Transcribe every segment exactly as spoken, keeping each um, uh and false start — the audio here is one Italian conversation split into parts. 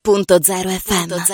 Punto zero F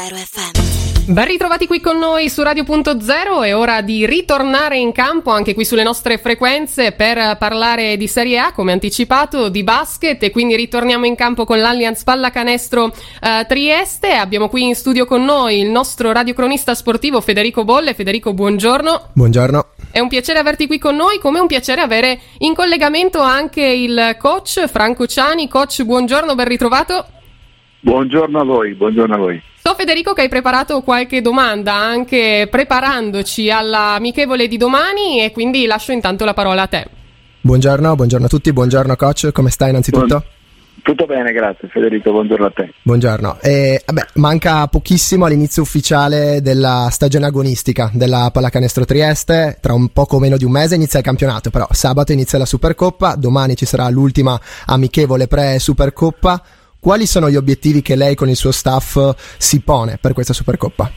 M. Ben ritrovati qui con noi su Radio Punto Zero. È ora di ritornare in campo anche qui sulle nostre frequenze per parlare di Serie A, come anticipato, di basket, e quindi ritorniamo in campo con l'Allianz Pallacanestro eh, Trieste. Abbiamo qui in studio con noi il nostro radiocronista sportivo Federico Bolle. Federico, buongiorno. Buongiorno. È un piacere averti qui con noi, come è un piacere avere in collegamento anche il coach Franco Ciani. Coach, buongiorno, ben ritrovato. Buongiorno a voi, buongiorno a voi. So, Federico, che hai preparato qualche domanda anche preparandoci all'amichevole di domani, e quindi lascio intanto la parola a te. Buongiorno, buongiorno a tutti, buongiorno coach, come stai innanzitutto? Buon... Tutto bene, grazie Federico, buongiorno a te. Buongiorno. E, vabbè, manca pochissimo all'inizio ufficiale della stagione agonistica della Pallacanestro Trieste. Tra un poco meno di un mese inizia il campionato, però sabato inizia la Supercoppa, domani ci sarà l'ultima amichevole pre-Supercoppa. Quali sono gli obiettivi che lei con il suo staff si pone per questa Supercoppa?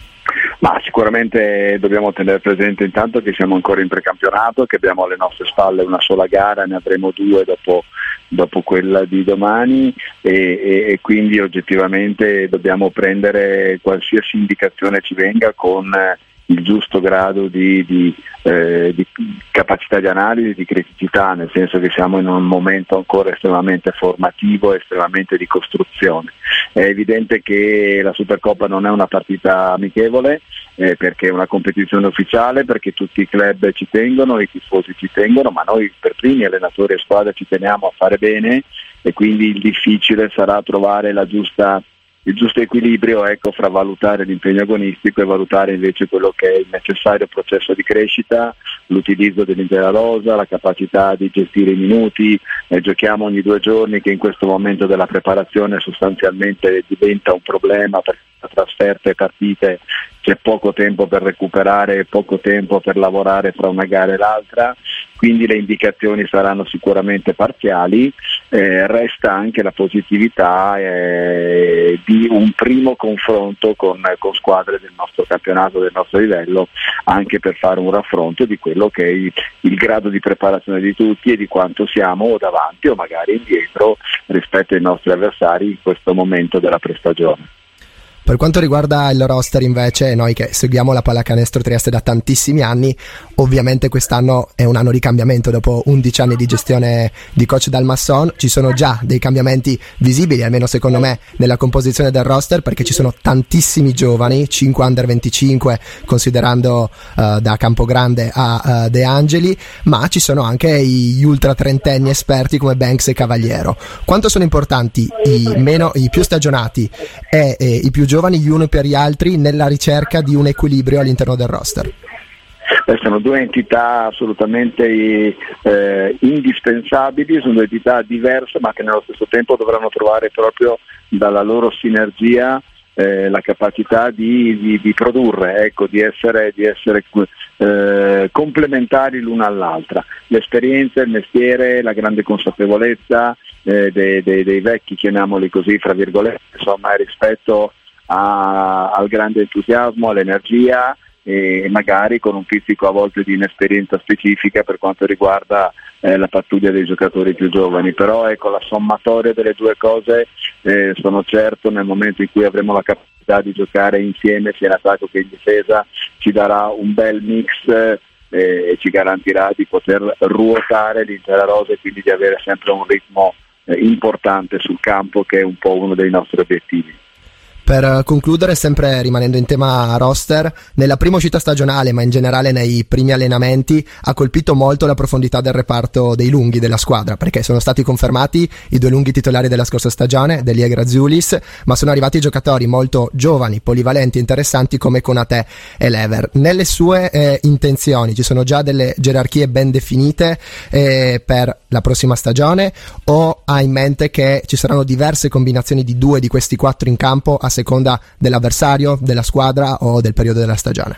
Ma sicuramente dobbiamo tenere presente intanto che siamo ancora in precampionato, che abbiamo alle nostre spalle una sola gara, ne avremo due dopo, dopo quella di domani e, e, e quindi oggettivamente dobbiamo prendere qualsiasi indicazione ci venga con il giusto grado di, di, eh, di capacità di analisi, di criticità, nel senso che siamo in un momento ancora estremamente formativo, estremamente di costruzione. È evidente che la Supercoppa non è una partita amichevole, eh, perché è una competizione ufficiale, perché tutti i club ci tengono, i tifosi ci tengono, ma noi per primi allenatori e squadra ci teniamo a fare bene, e quindi il difficile sarà trovare la giusta il giusto equilibrio, ecco, fra valutare l'impegno agonistico e valutare invece quello che è il necessario processo di crescita, l'utilizzo dell'intera rosa, la capacità di gestire i minuti. Eh, giochiamo ogni due giorni, che in questo momento della preparazione sostanzialmente diventa un problema, perché tra trasferte e partite c'è poco tempo per recuperare e poco tempo per lavorare fra una gara e l'altra, quindi le indicazioni saranno sicuramente parziali. Eh, resta anche la positività eh, di un primo confronto con, con squadre del nostro campionato, del nostro livello, anche per fare un raffronto di quello che è il, il grado di preparazione di tutti e di quanto siamo o davanti o magari indietro rispetto ai nostri avversari in questo momento della prestagione. Per quanto riguarda il roster invece, noi che seguiamo la Pallacanestro Trieste da tantissimi anni, ovviamente quest'anno è un anno di cambiamento dopo undici anni di gestione di coach Dalmasson. Ci sono già dei cambiamenti visibili, almeno secondo me, nella composizione del roster, perché ci sono tantissimi giovani, cinque under venticinque considerando uh, da Campogrande a uh, De Angeli, ma ci sono anche gli ultra trentenni esperti come Banks e Cavaliero. Quanto sono importanti i, meno, i più stagionati e, e i più giovani giovani gli uni per gli altri nella ricerca di un equilibrio all'interno del roster? Beh, sono due entità assolutamente eh, indispensabili, sono due entità diverse ma che nello stesso tempo dovranno trovare proprio dalla loro sinergia eh, la capacità di, di, di produrre, ecco, di essere, di essere eh, complementari l'una all'altra. L'esperienza, il mestiere, la grande consapevolezza eh, dei, dei, dei vecchi, chiamiamoli così, fra virgolette, insomma, rispetto A, al grande entusiasmo, all'energia e magari con un pizzico a volte di inesperienza specifica per quanto riguarda eh, la pattuglia dei giocatori più giovani. Però ecco, la sommatoria delle due cose eh, sono certo nel momento in cui avremo la capacità di giocare insieme sia in attacco che in difesa ci darà un bel mix eh, e ci garantirà di poter ruotare l'intera rosa e quindi di avere sempre un ritmo eh, importante sul campo, che è un po' uno dei nostri obiettivi. Per concludere, sempre rimanendo in tema roster, nella prima uscita stagionale, ma in generale nei primi allenamenti, ha colpito molto la profondità del reparto dei lunghi della squadra, perché sono stati confermati i due lunghi titolari della scorsa stagione, Delia e Grazulis, ma sono arrivati giocatori molto giovani, polivalenti, interessanti come Konate e Lever. Nelle sue eh, intenzioni ci sono già delle gerarchie ben definite eh, per la prossima stagione, o ha in mente che ci saranno diverse combinazioni di due di questi quattro in campo a seconda dell'avversario, della squadra o del periodo della stagione?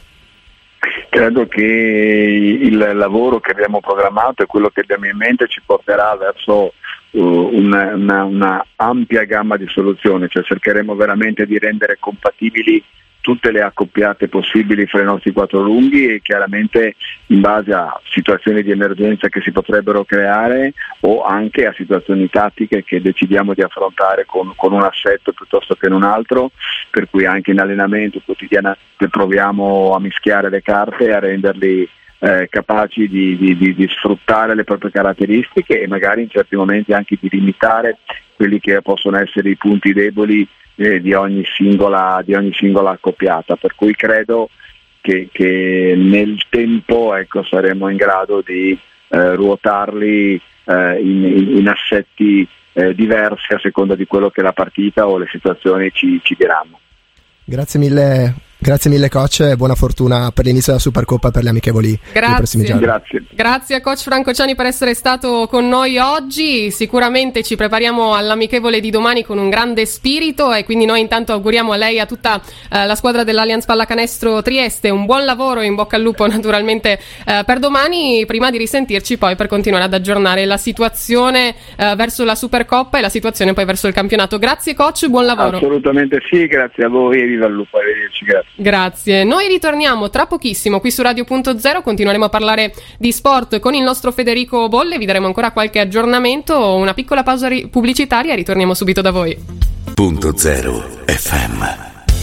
Credo che il lavoro che abbiamo programmato e quello che abbiamo in mente ci porterà verso uh, una, una, una ampia gamma di soluzioni, cioè cercheremo veramente di rendere compatibili tutte le accoppiate possibili fra i nostri quattro lunghi e chiaramente in base a situazioni di emergenza che si potrebbero creare o anche a situazioni tattiche che decidiamo di affrontare con, con un assetto piuttosto che in un altro, per cui anche in allenamento quotidianamente proviamo a mischiare le carte e a renderli eh, capaci di, di, di, di sfruttare le proprie caratteristiche e magari in certi momenti anche di limitare quelli che possono essere i punti deboli eh, di ogni singola di ogni singola accoppiata, per cui credo che, che nel tempo ecco, saremo in grado di eh, ruotarli eh, in, in, in assetti eh, diversi a seconda di quello che la partita o le situazioni ci, ci diranno. Grazie mille. Grazie mille coach e buona fortuna per l'inizio della Supercoppa e per le amichevoli Grazie. dei prossimi giorni. Grazie. Grazie a coach Franco Ciani per essere stato con noi oggi. Sicuramente ci prepariamo all'amichevole di domani con un grande spirito e quindi noi intanto auguriamo a lei e a tutta eh, la squadra dell'Allianz Pallacanestro Trieste un buon lavoro e in bocca al lupo naturalmente eh, per domani, prima di risentirci poi per continuare ad aggiornare la situazione eh, verso la Supercoppa e la situazione poi verso il campionato. Grazie coach, buon lavoro. Assolutamente sì, grazie a voi e viva il lupo, arrivederci, grazie. Grazie, noi ritorniamo tra pochissimo qui su Radio Punto Zero, continueremo a parlare di sport con il nostro Federico Bolle, vi daremo ancora qualche aggiornamento, una piccola pausa ri- pubblicitaria e ritorniamo subito da voi. Punto Zero F M.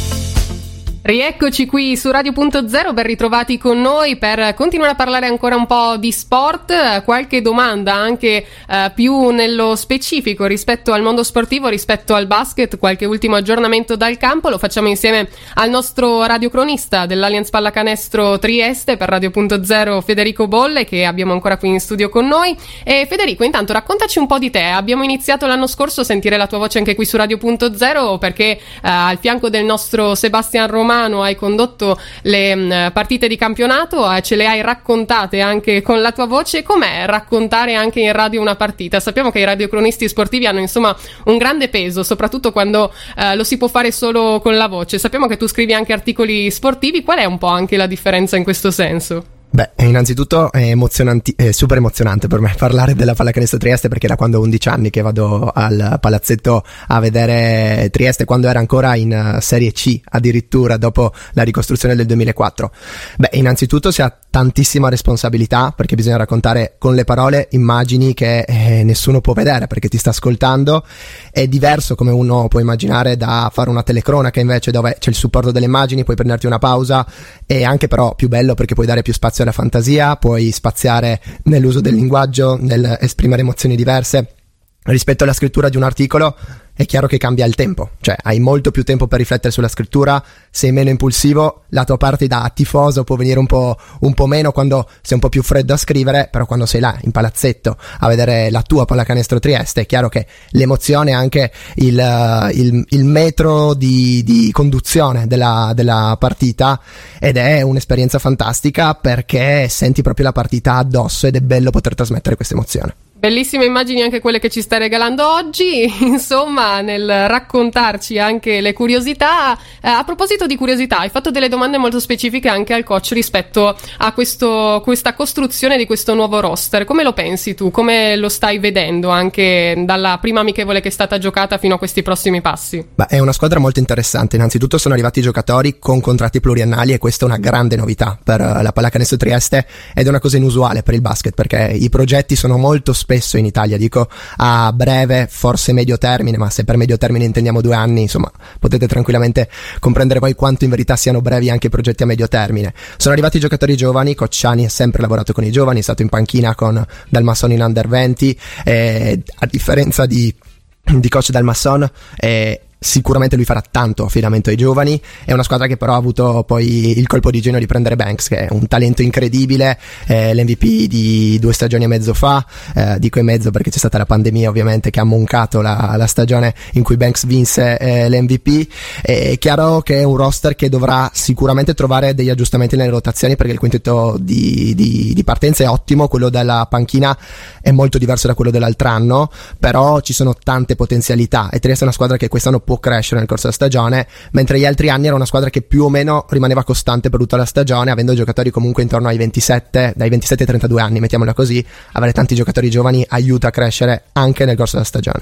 Rieccoci qui su Radio Punto Zero, ben ritrovati con noi per continuare a parlare ancora un po' di sport, qualche domanda anche eh, più nello specifico rispetto al mondo sportivo, rispetto al basket, qualche ultimo aggiornamento dal campo, lo facciamo insieme al nostro radiocronista dell'Allianz Pallacanestro Trieste per Radio Punto Zero, Federico Bolle, che abbiamo ancora qui in studio con noi. E Federico, intanto raccontaci un po' di te, abbiamo iniziato l'anno scorso a sentire la tua voce anche qui su Radio Punto Zero perché eh, al fianco del nostro Sebastian Romano hai condotto le mh, partite di campionato, eh, ce le hai raccontate anche con la tua voce. Com'è raccontare anche in radio una partita? Sappiamo che i radiocronisti sportivi hanno insomma un grande peso, soprattutto quando eh, lo si può fare solo con la voce. Sappiamo che tu scrivi anche articoli sportivi, qual è un po' anche la differenza in questo senso? Beh, innanzitutto è emozionanti, è super emozionante per me parlare della Pallacanestro Trieste, perché da quando ho undici anni che vado al palazzetto a vedere Trieste, quando era ancora in Serie C addirittura, dopo la ricostruzione del duemilaquattro. Beh, innanzitutto si ha tantissima responsabilità, perché bisogna raccontare con le parole immagini che eh, nessuno può vedere perché ti sta ascoltando. È diverso, come uno può immaginare, da fare una telecronaca invece, dove c'è il supporto delle immagini, puoi prenderti una pausa, e anche però più bello perché puoi dare più spazio alla fantasia, puoi spaziare nell'uso del linguaggio, nel esprimere emozioni diverse. Rispetto alla scrittura di un articolo è chiaro che cambia il tempo, cioè hai molto più tempo per riflettere sulla scrittura, sei meno impulsivo, la tua parte da tifoso può venire un po', un po' meno quando sei un po' più freddo a scrivere, però quando sei là in palazzetto a vedere la tua Pallacanestro Trieste è chiaro che l'emozione è anche il, il, il metro di, di conduzione della, della partita, ed è un'esperienza fantastica perché senti proprio la partita addosso ed è bello poter trasmettere questa emozione. Bellissime immagini anche quelle che ci stai regalando oggi, insomma, nel raccontarci anche le curiosità. Eh, a proposito di curiosità, hai fatto delle domande molto specifiche anche al coach rispetto a questo, questa costruzione di questo nuovo roster. Come lo pensi tu? Come lo stai vedendo anche dalla prima amichevole che è stata giocata fino a questi prossimi passi? Beh, è una squadra molto interessante. Innanzitutto sono arrivati giocatori con contratti pluriannali e questa è una grande novità per la Pallacanestro Trieste ed è una cosa inusuale per il basket, perché i progetti sono molto spesso in Italia, dico a breve, forse medio termine, ma se per medio termine intendiamo due anni, insomma potete tranquillamente comprendere poi quanto in verità siano brevi anche i progetti a medio termine. Sono arrivati giocatori giovani, Coach Ciani ha sempre lavorato con i giovani, è stato in panchina con Dalmasson in under venti, eh, a differenza di, di Coach Dalmasson, eh, sicuramente lui farà tanto affidamento ai giovani. È una squadra che però ha avuto poi il colpo di genio di prendere Banks, che è un talento incredibile, eh, l'M V P di due stagioni e mezzo fa, eh, dico e mezzo perché c'è stata la pandemia ovviamente che ha moncato la, la stagione in cui Banks vinse eh, l'M V P. È chiaro che è un roster che dovrà sicuramente trovare degli aggiustamenti nelle rotazioni, perché il quintetto di, di, di partenza è ottimo, quello della panchina è molto diverso da quello dell'altro anno, però ci sono tante potenzialità e Trieste è una squadra che quest'anno può crescere nel corso della stagione, mentre gli altri anni era una squadra che più o meno rimaneva costante per tutta la stagione, avendo giocatori comunque intorno ai ventisette, dai ventisette ai trentadue anni, mettiamola così. Avere tanti giocatori giovani aiuta a crescere anche nel corso della stagione.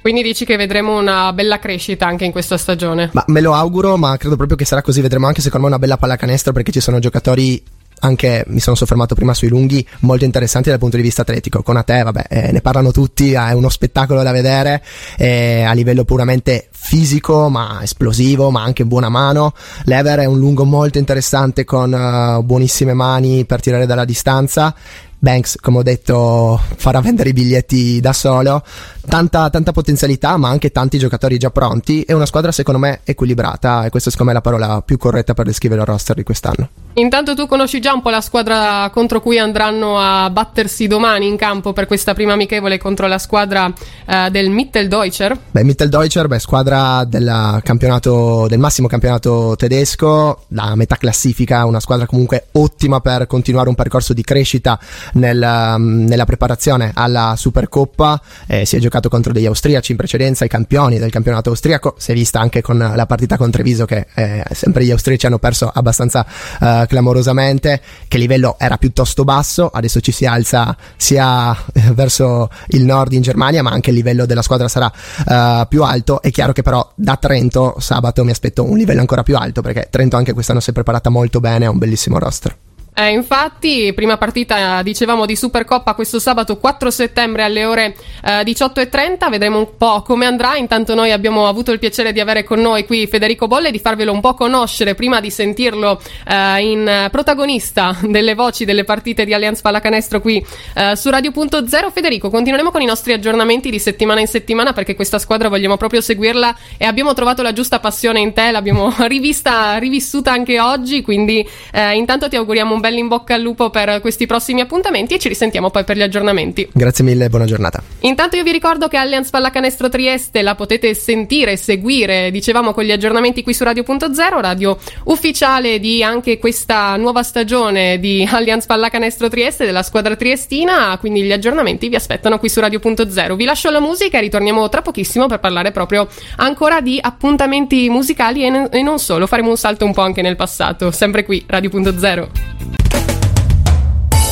Quindi dici che vedremo una bella crescita anche in questa stagione? Ma me lo auguro, ma credo proprio che sarà così. Vedremo anche secondo me una bella pallacanestro, perché ci sono giocatori, anche mi sono soffermato prima sui lunghi, molto interessanti dal punto di vista atletico. Konate, vabbè, eh, ne parlano tutti, è uno spettacolo da vedere, eh, a livello puramente fisico ma esplosivo, ma anche buona mano. Lever è un lungo molto interessante con uh, buonissime mani per tirare dalla distanza. Banks, come ho detto, farà vendere i biglietti da solo. Tanta, tanta potenzialità, ma anche tanti giocatori già pronti, e una squadra secondo me equilibrata, e questa secondo me è la parola più corretta per descrivere il roster di quest'anno. Intanto tu conosci già un po' la squadra contro cui andranno a battersi domani in campo per questa prima amichevole contro la squadra uh, del Mitteldeutscher? Beh, Mitteldeutscher, beh, squadra del campionato, del massimo campionato tedesco, la metà classifica, una squadra comunque ottima per continuare un percorso di crescita nel, nella preparazione alla Supercoppa. Eh, si è giocato contro degli austriaci in precedenza, i campioni del campionato austriaco. Si è vista anche con la partita con Treviso che eh, sempre gli austriaci hanno perso abbastanza eh, clamorosamente, che il livello era piuttosto basso. Adesso ci si alza sia eh, verso il nord in Germania, ma anche il livello della squadra sarà eh, più alto. È chiaro che però da Trento sabato mi aspetto un livello ancora più alto, perché Trento anche quest'anno si è preparata molto bene, ha un bellissimo roster. Eh, infatti, prima partita, dicevamo, di Supercoppa questo sabato quattro settembre alle ore eh, diciotto e trenta. Vedremo un po' come andrà. Intanto noi abbiamo avuto il piacere di avere con noi qui Federico Bolle, di farvelo un po' conoscere prima di sentirlo eh, in protagonista delle voci delle partite di Allianz Pallacanestro qui eh, su Radio punto zero. Federico, continueremo con i nostri aggiornamenti di settimana in settimana, perché questa squadra vogliamo proprio seguirla e abbiamo trovato la giusta passione in te, l'abbiamo rivista, rivissuta anche oggi, quindi eh, intanto ti auguriamo un bel in bocca al lupo per questi prossimi appuntamenti e ci risentiamo poi per gli aggiornamenti. Grazie mille, buona giornata. Intanto io vi ricordo che Allianz Pallacanestro Trieste la potete sentire, seguire, dicevamo, con gli aggiornamenti qui su Radio punto zero, radio ufficiale di anche questa nuova stagione di Allianz Pallacanestro Trieste, della squadra triestina, quindi gli aggiornamenti vi aspettano qui su Radio punto zero. Vi lascio la musica e ritorniamo tra pochissimo per parlare proprio ancora di appuntamenti musicali e, n- e non solo, faremo un salto un po' anche nel passato, sempre qui Radio punto zero.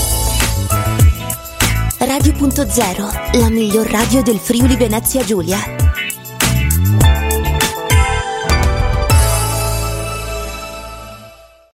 Radio punto zero, la miglior radio del Friuli Venezia Giulia.